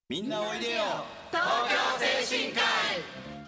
みんなおいでよ東京精神科医。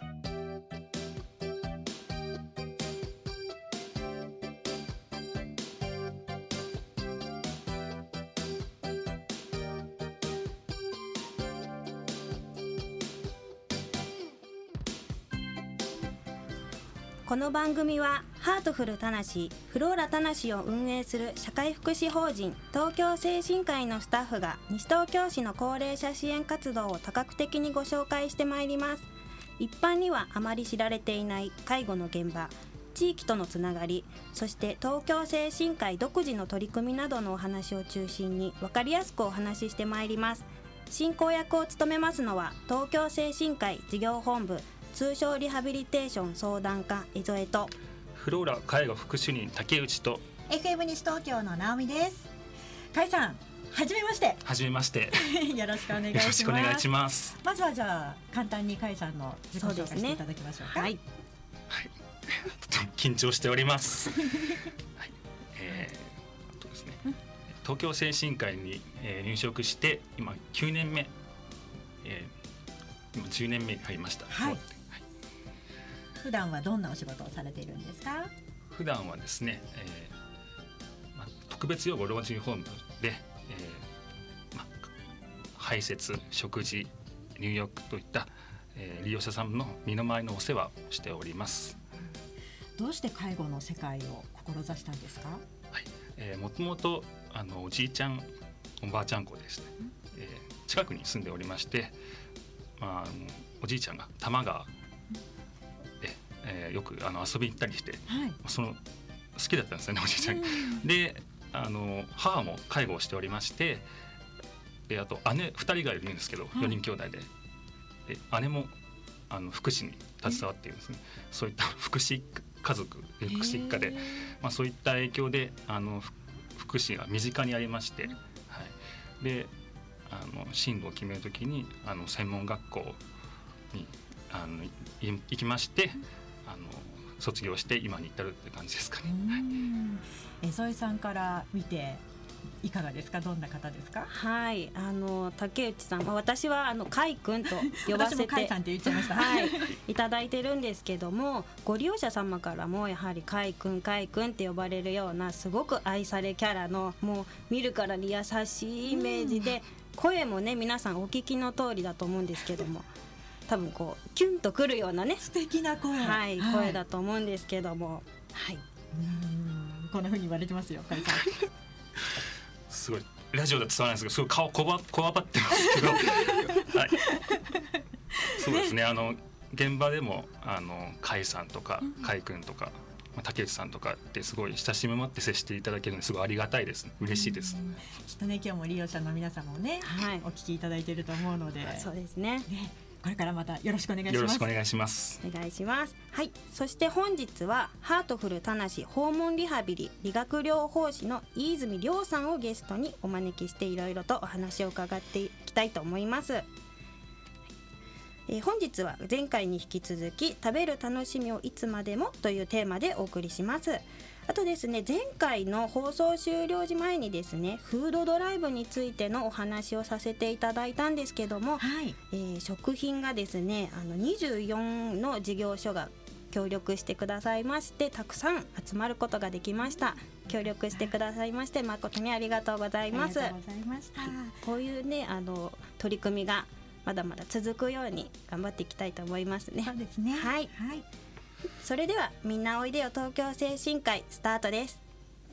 この番組はハートフルたなしフローラたなしを運営する社会福祉法人東京精神科医のスタッフが西東京市の高齢者支援活動を多角的にご紹介してまいります。一般にはあまり知られていない介護の現場、地域とのつながり、そして東京精神科医独自の取り組みなどのお話を中心に分かりやすくお話ししてまいります。進行役を務めますのは東京精神科医事業本部通称リハビリテーション相談課江添とフローラ介護副主任竹内と FM 西東京の直美です。甲斐さん、はじめまして。 はじめましてよろしくお願いします。 よろしくお願いします。 まずはじゃあ簡単に甲斐さんの自己紹介していただきましょうか。 はい、 緊張しております、はいですね、東京精神科医に、入職して今9年目、今10年目に入りました。 はい、普段はどんなお仕事をされているんですか？ 普段はですね、特別養護老人ホームで、排泄、食事、入浴といった、利用者さんの身の回りのお世話をしております。 どうして介護の世界を志したんですか？ はい、もともとおじいちゃんおばあちゃん子ですね、近くに住んでおりまして、おじいちゃんが多摩川で、よく遊びに行ったりして、 はい、 その好きだったんですよね、おじいちゃんが。で母も介護をしておりまして、あと姉2人がいるんですけど、4人兄弟で、姉も福祉に携わっているんですね。そういった福祉家族、福祉一家で、そういった影響で福祉が身近にありまして、はい、で進路を決めるときに専門学校に行きまして、卒業して今に至るって感じですかね。 江添さんから見ていかがですか？どんな方ですか？ はい、竹内さん、私は甲斐くんと呼ばせて私も甲斐さんって言っちゃいました、 はい、いただいてるんですけども、ご利用者様からもやはり甲斐くん甲斐くんって呼ばれるようなすごく愛されキャラの、もう見るからに優しいイメージで、声もね皆さんお聞きの通りだと思うんですけども、多分こうキュンとくるようなね素敵な声、 はいはい、声だと思うんですけども、はい、 こんな風に言われてますよ、甲斐さん。 すごいラジオで伝わらないですけど、すごい顔こわばってますけど、はい、そうですね、現場でも甲斐さんとか甲斐くんとか、竹内さんとかってすごい親しみを持って接していただけるのですごいありがたいですね。嬉しいです。 きっとね、今日も利用者の皆様もね、 はい、 お聞きいただいていると思うので、 そうですね、 これからまたよろしくお願いします。 よろしくお願いします。 お願いします。はい、そして本日はハートフルたなし訪問リハビリ理学療法士の飯泉亮さんをゲストにお招きしていろいろとお話を伺っていきたいと思います。本日は前回に引き続き食べる楽しみをいつまでもというテーマでお送りします。あとですね、前回の放送終了時前にですね、フードドライブについてのお話をさせていただいたんですけども、 はい、 食品がですね24の事業所が協力してくださいまして、たくさん集まることができました。協力してくださいまして誠にありがとうございます。 ありがとうございました。 こういうね取り組みがまだまだ続くように頑張っていきたいと思いますね。 そうですね。 はい、はい、それではみんなおいでよ東京精神科医スタートです。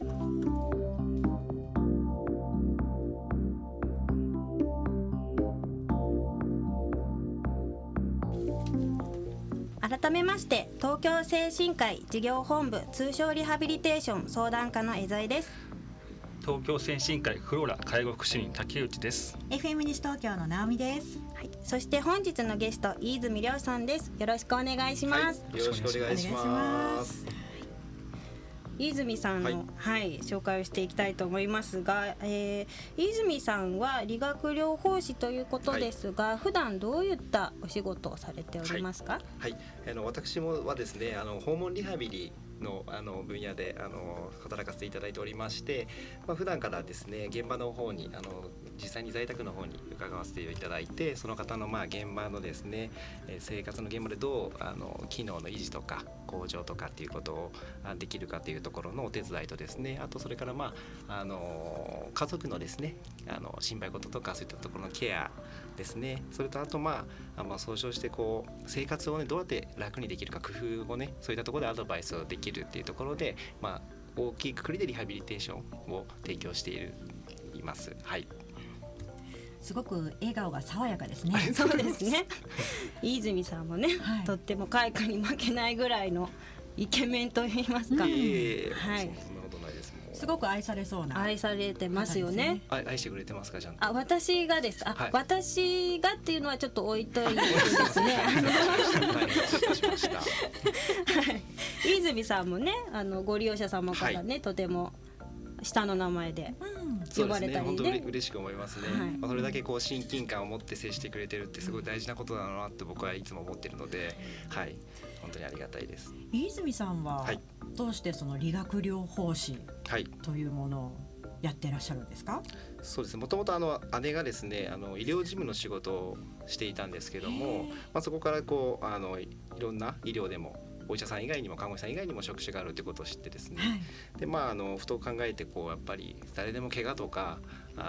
改めまして東京精神科医事業本部通称リハビリテーション相談課の江添です。 東京精神科医フローラ介護福祉員竹内です。 FM 西東京の直美です。 はい、そして本日のゲスト飯泉亮さんです。よろしくお願いします。 よろしくお願いします。 飯泉さんの、紹介をしていきたいと思いますが、飯泉さんは理学療法士ということですが、普段どういったお仕事をされておりますか？ はい、私もはですね訪問リハビリの分野で働かせていただいておりまして、普段からですね現場の方に実際に在宅の方に伺わせていただいて、その方の現場のですね、生活の現場でどう機能の維持とか向上とかっていうことをできるかというところのお手伝いとですね、あとそれから家族のですね心配事とかそういったところのケアですね、それとあと総称して生活をねどうやって楽にできるか工夫をねそういったところでアドバイスをできるっていうところで大きい括りでリハビリテーションを提供しています。はい。 すごく笑顔が爽やかですね。 そうですね。飯泉さんもね、とっても開花に負けないぐらいのイケメンと言いますか。 はい。そんなことないです。 すごく愛されそうな。 愛されてますよね。 愛してくれてますかちゃんと。 私がですか。私がっていうのはちょっと置いといてですね。飯泉さんもね、ご利用者様からね、とても下の名前で呼ばれたりね、 本当に嬉しく思いますね。それだけ親近感を持って接してくれてるってすごい大事なことだなって僕はいつも思ってるので、はい、本当にありがたいです。 飯泉さんはどうしてその理学療法士というものをやってらっしゃるんですか？ そうですね。もともと姉がですね医療事務の仕事をしていたんですけども、そこからいろんな医療でもお医者さん以外にも看護師さん以外にも職種があるということを知ってですね、でふと考えてやっぱり誰でも怪我とか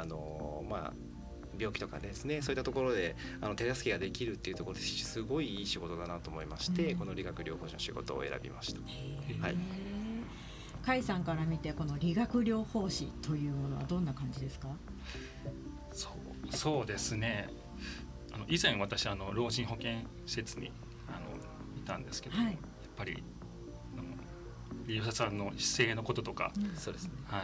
病気とかですねそういったところで手助けができるっていうところですごいいい仕事だなと思いまして、この理学療法士の仕事を選びました。はい。 甲斐さんから見てこの理学療法士というものはどんな感じですか？ そうですね。以前私老人保健施設にいたんですけど、やっぱり利用者さんの姿勢のこととか、 そうですね。 はい。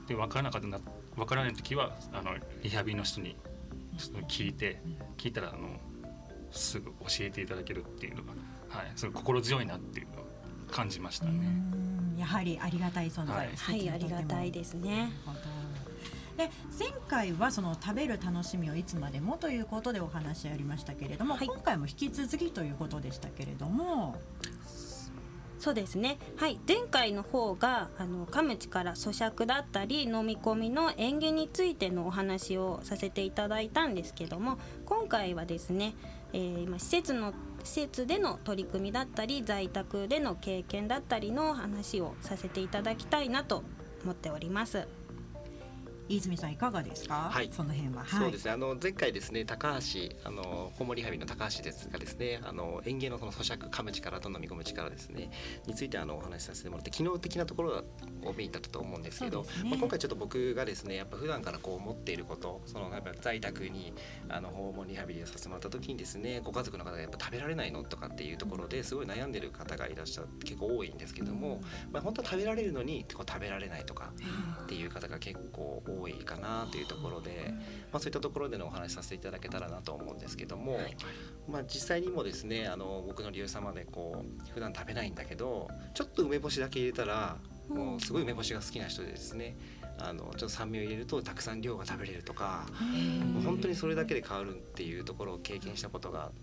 で分からない時はリハビリの人に聞いたらすぐ教えていただけるっていうのが、すごい心強いなっていうのを感じましたね。 やはりありがたい存在です。 はい、ありがたいですね。 で前回はその食べる楽しみをいつまでもということでお話ありましたけれども、今回も引き続きということでしたけれども。 そうですね。はい、前回の方が噛む力、咀嚼だったり飲み込みの嚥下についてのお話をさせていただいたんですけども、今回はですね、今施設での取り組みだったり在宅での経験だったりの話をさせていただきたいなと思っております。 飯泉さんいかがですか？はい、その辺は。 そうですね。前回ですね、高橋訪問リハビリの高橋ですがですね、嚥下のその咀嚼、噛む力と飲み込む力ですねについてお話しさせてもらって機能的なところを見たと思うんですけど、今回ちょっと僕がですねやっぱ普段から持っていること、やっぱ在宅に訪問リハビリをさせてもらった時にですね、ご家族の方がやっぱ食べられないのとかっていうところですごい悩んでる方がいらっしゃって結構多いんですけども、本当は食べられるのに食べられないとかっていう方が結構多いかなというところで、そういったところでのお話しさせていただけたらなと思うんですけども、実際にもですね僕の利用者様で普段食べないんだけどちょっと梅干しだけ入れたらもうすごい梅干しが好きな人でですねちょっと酸味を入れるとたくさん量が食べれるとか、もう本当にそれだけで変わるっていうところを経験したことがあって、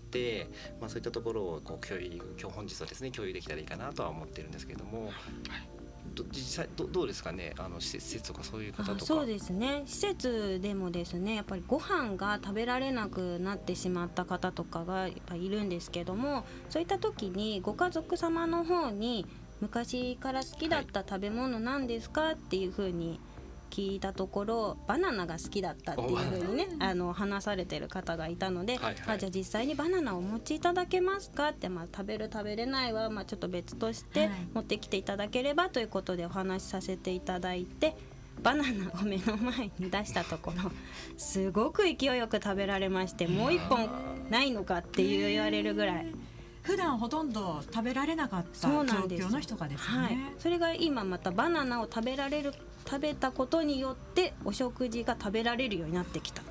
そういったところを今日本日はですね共有できたらいいかなとは思ってるんですけども、実際どうですかね、施設とかそういう方とか。 そうですね、施設でもですねやっぱりご飯が食べられなくなってしまった方とかがやっぱいるんですけども、そういった時にご家族様の方に昔から好きだった食べ物なんですかっていうふうに聞いたところ、バナナが好きだったっていうふうにね話されてる方がいたので、じゃあ実際にバナナをお持ちいただけますかって、食べる食べれないはちょっと別として持ってきていただければということでお話しさせていただいて、バナナを目の前に出したところすごく勢いよく食べられまして、もう一本ないのかって言われるぐらい普段ほとんど食べられなかった状況の人がですね。 それが今またバナナを食べたことによってお食事が食べられるようになってきた。 や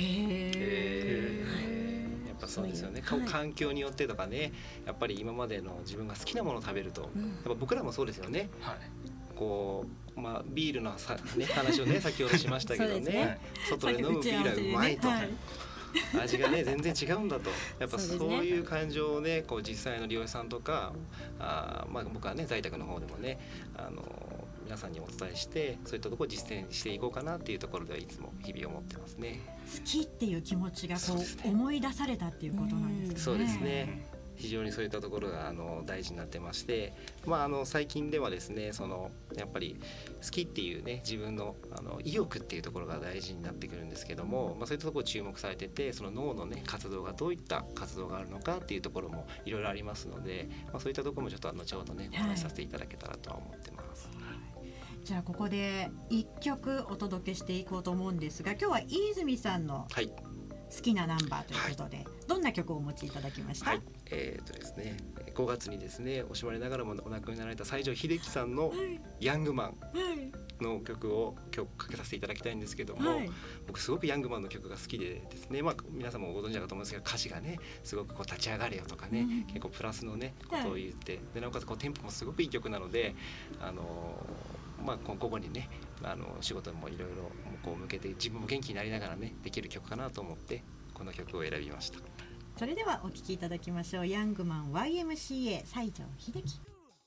っぱそうですよね、環境によってとかね、やっぱり今までの自分が好きなものを食べると、やっぱ僕らもそうですよね、ビールの話をね先ほどしましたけどね外で飲むビールはうまいと、味がね全然違うんだと、やっぱそういう感情をね実際の利用者さんとか僕はね在宅の方でもね皆さんにお伝えしてそういったところを実践していこうかなっていうところではいつも日々思ってますね。 好きっていう気持ちがそうですね思い出されたっていうことなんですね。 そうですね。非常にそういったところが大事になってまして、最近ではですねやっぱり好きっていうね自分の意欲っていうところが大事になってくるんですけども、そういったところ注目されててその脳のね活動がどういった活動があるのかっていうところもいろいろありますので、そういったところもちょっと後ほどねお話しさせていただけたらとは思ってます。 じゃあここで1曲お届けしていこうと思うんですが、今日は飯泉さんの好きなナンバーということで、どんな曲をお持ちいただきました？ ですね、5月にですね惜しまれながらもお亡くなりになられた西城秀樹さんのヤングマンの曲を今日かけさせていただきたいんですけども、僕すごくヤングマンの曲が好きでですね、皆さんもご存知だと思うんですけど歌詞がねすごく立ち上がれよとかね、結構プラスのねことを言って、でなおかつテンポもすごくいい曲なのでここにね仕事もいろいろ向けて自分も元気になりながらねできる曲かなと思ってこの曲を選びました。 それではお聴きいただきましょう。ヤングマン YMCA 西城秀樹。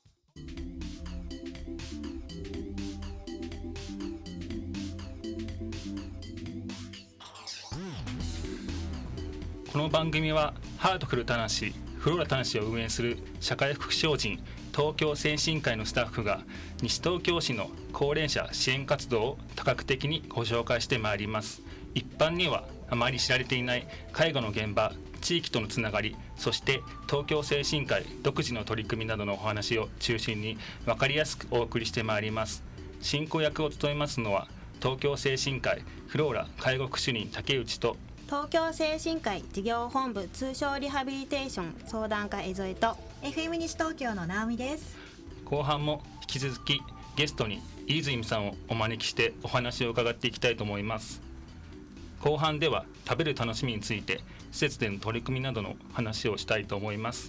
この番組はハートフルたなしフローラたなしを運営する社会福祉法人東京精神科医のスタッフが西東京市の高齢者支援活動を多角的にご紹介してまいります。一般にはあまり知られていない介護の現場、地域とのつながり、そして東京精神科医独自の取り組みなどのお話を中心に分かりやすくお送りしてまいります。進行役を務めますのは東京精神科医フローラ介護福祉人竹内と東京精神科医事業本部通称リハビリテーション相談課江添と FM 西東京の直美です。 後半も引き続きゲストに飯泉さんをお招きしてお話を伺っていきたいと思います。後半では食べる楽しみについて施設での取り組みなどの話をしたいと思います。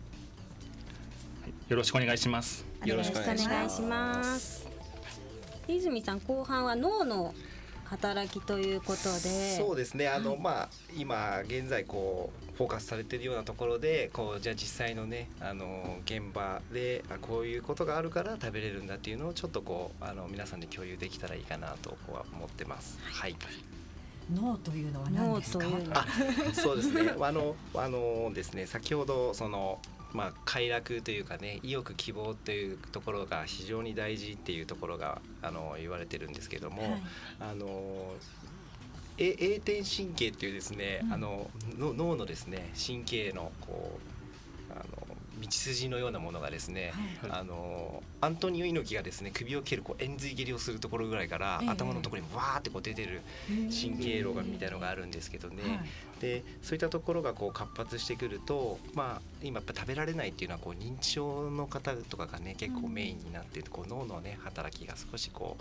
よろしくお願いします。 よろしくお願いします。 飯泉さん、後半は脳の働きということで、 そうですね今現在フォーカスされているようなところでじゃあ実際のね現場でこういうことがあるから食べれるんだっていうのをちょっと皆さんで共有できたらいいかなと思ってます。はい。 脳というのは何ですか？ そうですねですね先ほど快楽というかね意欲希望というところが非常に大事っていうところが言われてるんですけども、栄転神経っていうですね、脳のですね神経の道筋のようなものがですね、アントニオ猪木がですね首を蹴る円髄蹴りをするところぐらいから、頭のところにわーって出てる神経路がみたいなのがあるんですけどね、でそういったところが活発してくると、今やっぱ食べられないっていうのは認知症の方とかがね結構メインになって脳のね働きが少しちょ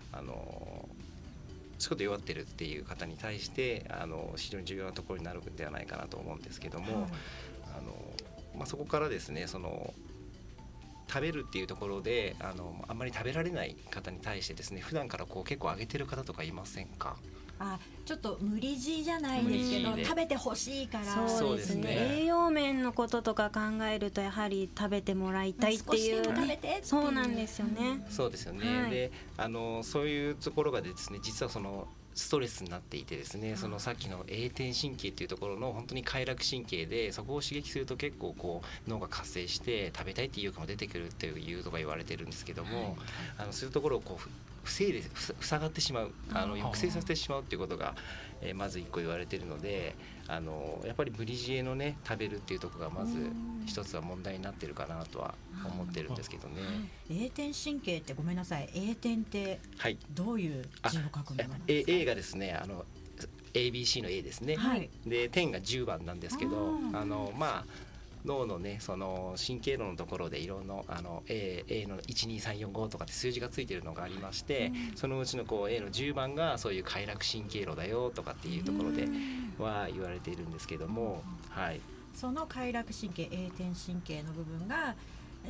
っと弱ってるっていう方に対して非常に重要なところになるんではないかなと思うんですけども、そこからですね食べるっていうところであんまり食べられない方に対してですね普段から結構あげてる方とかいませんか？ ちょっと無理強いじゃないですけど食べてほしいから。 そうですね、栄養面のこととか考えるとやはり食べてもらいたいっていう、そうなんですよね。 そうですよね、でそういうところがですね実はストレスになっていてですね、さっきの栄転神経っていうところの本当に快楽神経でそこを刺激すると結構脳が活性して食べたいっていう意欲も出てくるっていうとか言われてるんですけども、そういうところを塞がってしまう抑制させてしまうっていうことが、まず一個言われているのでやっぱり無理強いのね食べるっていうところがまず一つは問題になってるかなとは思ってるんですけどね。 栄転神経ってごめんなさい、栄転ってどういう字を書くものなんですか ？A がですねABC の A ですね、で点が10番なんですけど脳のね神経路のところでいろんなA の12345とかって数字がついてるのがありまして、そのうちのA の10番がそういう快楽神経路だよとかっていうところでは言われているんですけども、 その快楽神経栄転神経の部分が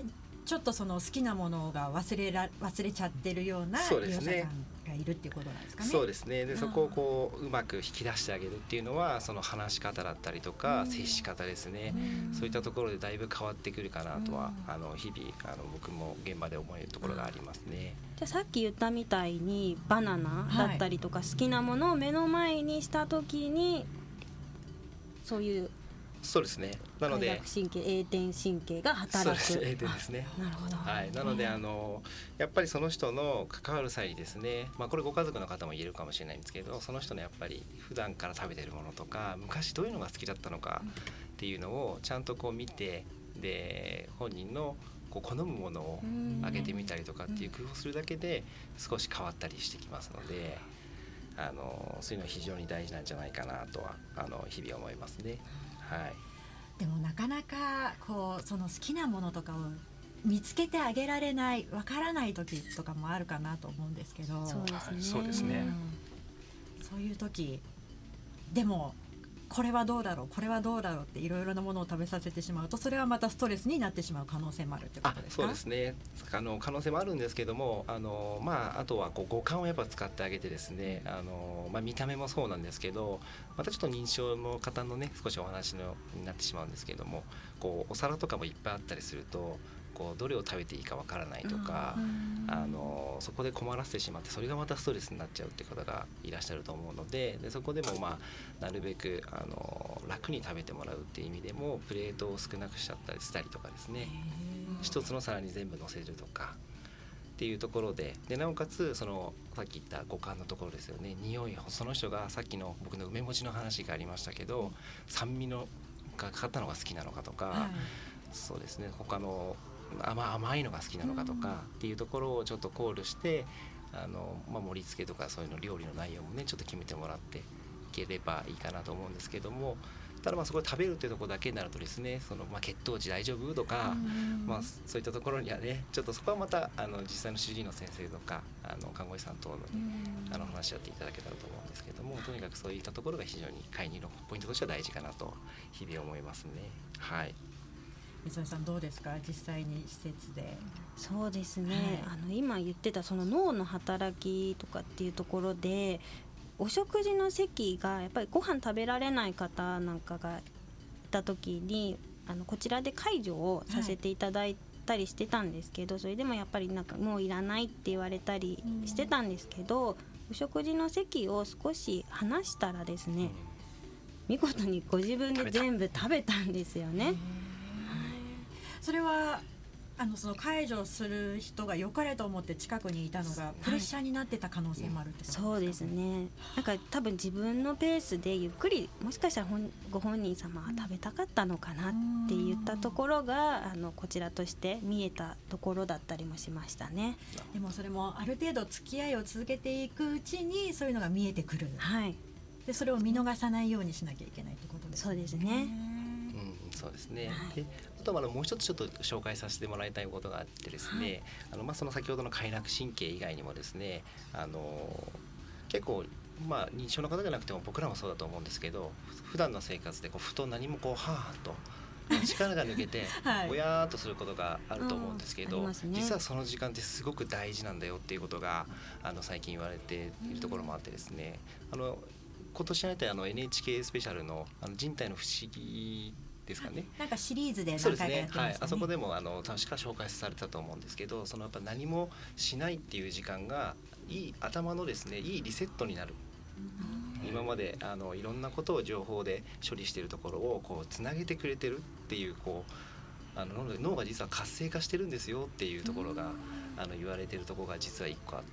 ちょっとその好きなものが忘れちゃってるような利用者さんがいるっていうことなんですかね。 そうですね。でそこをこううまく引き出してあげるっていうのはその話し方だったりとか接し方ですね、そういったところでだいぶ変わってくるかなとは日々僕も現場で思えるところがありますね。 じゃあさっき言ったみたいにバナナだったりとか好きなものを目の前にした時にそういうそうですね。なので快楽神経栄転神経が働く。 そうです。栄転ですね。 なるほど。 はい。なのでやっぱりその人の関わる際にですね、これご家族の方も言えるかもしれないんですけど、その人のやっぱり普段から食べてるものとか昔どういうのが好きだったのかっていうのをちゃんとこう見て、で本人のこう好むものをあげてみたりとかっていう工夫をするだけで少し変わったりしてきますので、そういうのは非常に大事なんじゃないかなとは日々思いますね。はい、 でもなかなかこうその好きなものとかを見つけてあげられないわからない時とかもあるかなと思うんですけど、 そうですね。 そうですね。 そういう時でもこれはどうだろうこれはどうだろうっていろいろなものを食べさせてしまうとそれはまたストレスになってしまう可能性もあるってことですか？ そうですね。可能性もあるんですけどもあとはこう五感をやっぱ使ってあげてですね見た目もそうなんですけどまたちょっと認知症の方のね少しお話になってしまうんですけどもこうお皿とかもいっぱいあったりするとこうどれを食べていいかわからないとかそこで困らせてしまってそれがまたストレスになっちゃうって方がいらっしゃると思うので、そこでもなるべく楽に食べてもらうっていう意味でもプレートを少なくしちゃったりしたりとかですね、一つの皿に全部乗せるとかっていうところでなおかつさっき言った五感のところですよね。匂い、その人がさっきの僕の梅干しの話がありましたけど酸味のがかかったのが好きなのかとか、そうですね他の甘いのが好きなのかとかっていうところをちょっと考慮して盛り付けとかそういうの料理の内容もねちょっと決めてもらっていければいいかなと思うんですけども、ただそこで食べるっていうところだけになるとですね血糖値大丈夫とかそういったところにはねちょっとそこはまた実際の主治医の先生とか看護師さん等の話し合っていただけたらと思うんですけども、とにかくそういったところが非常に介入のポイントとしては大事かなと日々思いますね。はい。 水野さんどうですか実際に施設で？ そうですね、今言ってたその脳の働きとかっていうところでお食事の席がやっぱりご飯食べられない方なんかがいた時にこちらで介助をさせていただいたりしてたんですけど、それでもやっぱりもういらないって言われたりしてたんですけど、お食事の席を少し離したらですね見事にご自分で全部食べたんですよね。 それはその介助する人が良かれと思って近くにいたのがプレッシャーになってた可能性もあるってことですか？ そうですね。多分自分のペースでゆっくりもしかしたらご本人様は食べたかったのかなって言ったところがこちらとして見えたところだったりもしましたね。 でもそれもある程度付き合いを続けていくうちにそういうのが見えてくる、でそれを見逃さないようにしなきゃいけないってことですね。 そうですね。 そうですね。であとはもう一つちょっと紹介させてもらいたいことがあってですね、その先ほどの快楽神経以外にもですね結構認知症の方じゃなくても僕らもそうだと思うんですけど普段の生活でふと何もはーっと力が抜けてぼやーっとすることがあると思うんですけど、実はその時間ってすごく大事なんだよっていうことが最近言われているところもあってですね今年やった NHK スペシャルの人体の不思議ですかね。 なんかシリーズで何回かやってましたね。 あそこでも確か紹介されたと思うんですけど、やっぱ何もしないっていう時間が頭のですねいいリセットになる。今までいろんなことを情報で処理しているところをつなげてくれてるっていう脳が実は活性化してるんですよっていうところが言われているところが実は1個あって、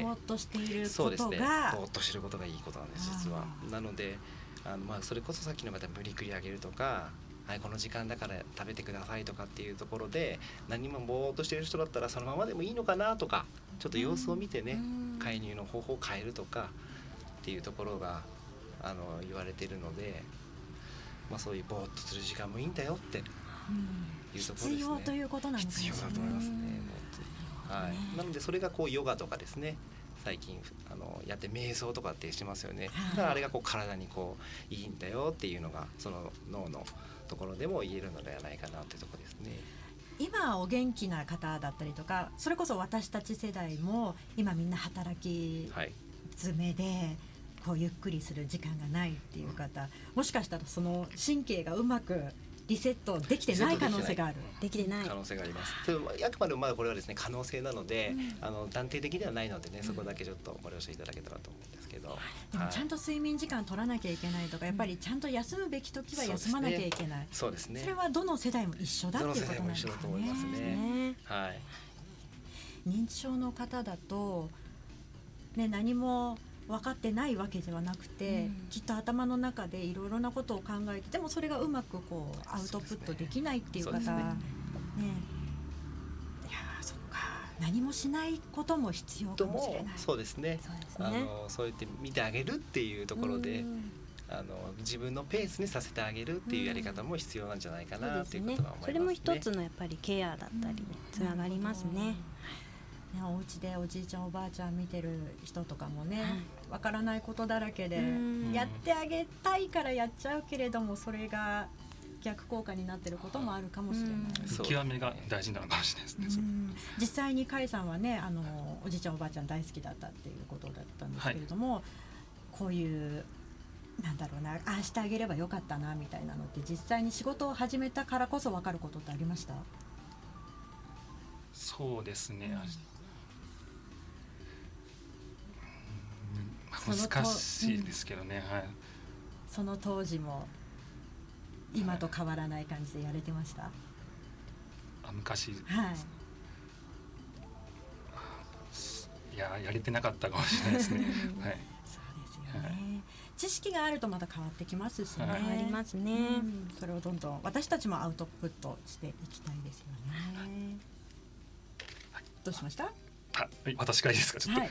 ぼーっとしていることがそうですね、ぼーっとしてることがいいことなんです実は。なのでそれこそさっきの方無理くりあげるとかこの時間だから食べてくださいとかっていうところで何もぼーっとしている人だったらそのままでもいいのかなとかちょっと様子を見てね介入の方法を変えるとかっていうところが言われているので、そういうぼーっとする時間もいいんだよっていうところですね。 必要ということなんですね。 必要だと思いますね。なのでそれがヨガとかですね最近やって瞑想とかってしますよね。だからあれが体にいいんだよっていうのがその脳のところでも言えるのではないかなというところですね。 今お元気な方だったりとか、それこそ私たち世代も今みんな働き詰めでこうゆっくりする時間がないっていう方、もしかしたらその神経がうまくリセットできてない可能性がある。 できてない可能性があります。あくまでもまだこれはですね可能性なので、断定的ではないのでね、そこだけちょっとご了承いただけたらと思うんですけど、 でもちゃんと睡眠時間取らなきゃいけないとか、やっぱりちゃんと休むべき時は休まなきゃいけない。 そうですね。 それはどの世代も一緒だっていうことなんですかね。 どの世代も一緒だと思いますね。はい。 認知症の方だとね、何も分かってないわけではなくて、きっと頭の中でいろいろなことを考えて、でもそれがうまくこうアウトプットできないっていう方ね、いやそっか、何もしないことも必要かもしれない。 そうですね。そうやって見てあげるっていうところで、自分のペースにさせてあげるっていうやり方も必要なんじゃないかなっていうことは思いますね。 それも一つのやっぱりケアだったりにつながりますね。 お家でおじいちゃんおばあちゃん見てる人とかもね、わからないことだらけでやってあげたいからやっちゃうけれども、それが逆効果になってることもあるかもしれない。 見極めが大事なのかもしれないですね。 実際に甲斐さんはね、おじいちゃんおばあちゃん大好きだったっていうことだったんですけれども、こういうなんだろうな、ああしてあげればよかったなみたいなのって実際に仕事を始めたからこそ分かることってありました？ そうですね、難しいですけどね、 その当時も今と変わらない感じでやれてました？ 昔、いややれてなかったかもしれないですね。そうですよね。知識があるとまた変わってきますしね。 変わりますね。 それをどんどん私たちもアウトプットしていきたいですよね。どうしました？ 私からいいですか？ちょっと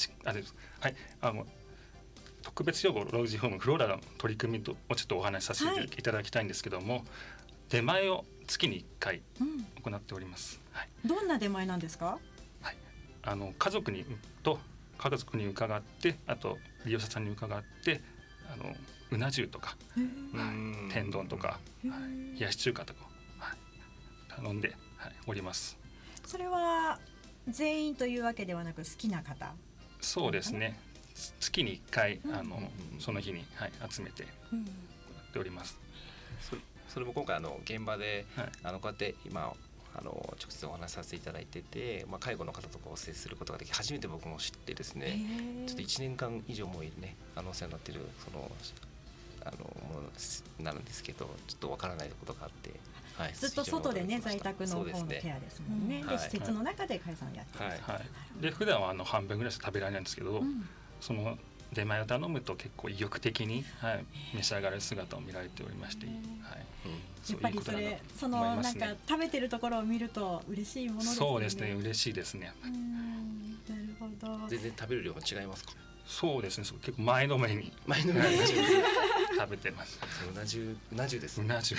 特別養護老人ホームフローラの取り組みをちょっとお話しさせていただきたいんですけども、出前を月に1回行っております。 どんな出前なんですか？ 家族に伺って、あと利用者さんに伺って、うな重とか天丼とか冷やし中華とか頼んでおります。 それは全員というわけではなく好きな方？ そうですね、月に1回その日に集めてやっております。 それも今回現場でこうやって今直接お話しさせていただいてて、介護の方とかを接することができ初めて僕も知ってですね、ちょっと1年間以上もねお世話になっているものになるんですけど、ちょっとわからないことがあって、 ずっと外でね在宅の方のケアですもんね。で施設の中で甲斐さんをやってる。 で普段は半分ぐらいしか食べられないんですけど、その出前を頼むと結構意欲的に召し上がる姿を見られておりまして、 やっぱりそのなんか食べてるところを見ると嬉しいものですね。 そうですね、嬉しいですね。 なるほど。 全然食べる量が違いますか？ そうですね、結構前のめりに食べてます。 うな重ですね。 うな重です。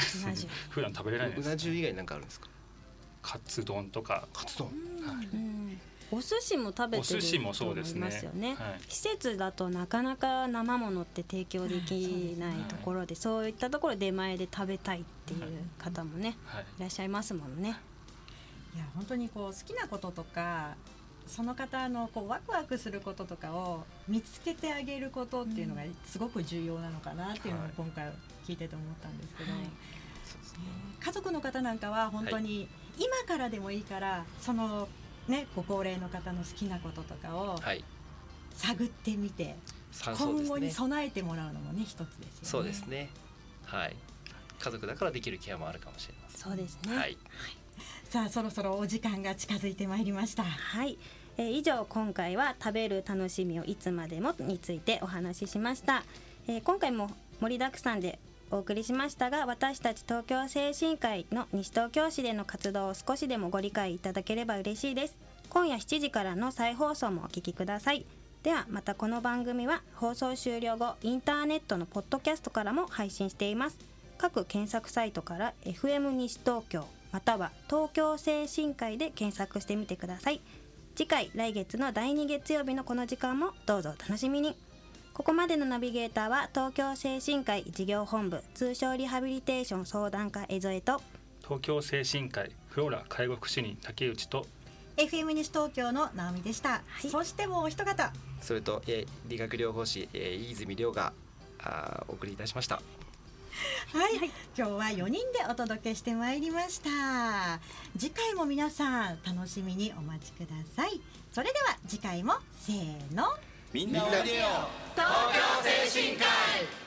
普段食べれないです。 うな重以外なんかあるんですか？ カツ丼とか。 カツ丼。 お寿司も食べてると思いますよね。施設だとなかなか生ものって提供できないところで、そういったところで出前で食べたいっていう方もね、いらっしゃいますもんね。 いや本当に好きなこととか、その方のワクワクすることとかを見つけてあげることっていうのがすごく重要なのかなっていうのを今回聞いてて思ったんですけど、家族の方なんかは本当に今からでもいいからそのご高齢の方の好きなこととかを探ってみて、今後に備えてもらうのもね一つですよね。 そうですね。家族だからできるケアもあるかもしれません。 そうですね。 さあそろそろお時間が近づいてまいりました。 以上今回は食べる楽しみをいつまでもについてお話ししました。今回も盛りだくさんでお送りしましたが、私たち東京精神科医の西東京市での活動を少しでもご理解いただければ嬉しいです。今夜7時からの再放送もお聞きください。ではまたこの番組は放送終了後インターネットのポッドキャストからも配信しています。各検索サイトから FM 西東京または東京精神科医で検索してみてください。次回来月の第2月曜日のこの時間もどうぞお楽しみに。ここまでのナビゲーターは東京精神科医事業本部通称リハビリテーション相談課江添と東京精神科医フローラ介護福祉人竹内と FM 西東京の直美でした、そしてもう一方、 それと、理学療法士、飯泉亮がお送りいたしました。 はい、今日は4人でお届けしてまいりました。次回も皆さん楽しみにお待ちください。それでは次回もせーの、 みんなおいでよ東京精神科医。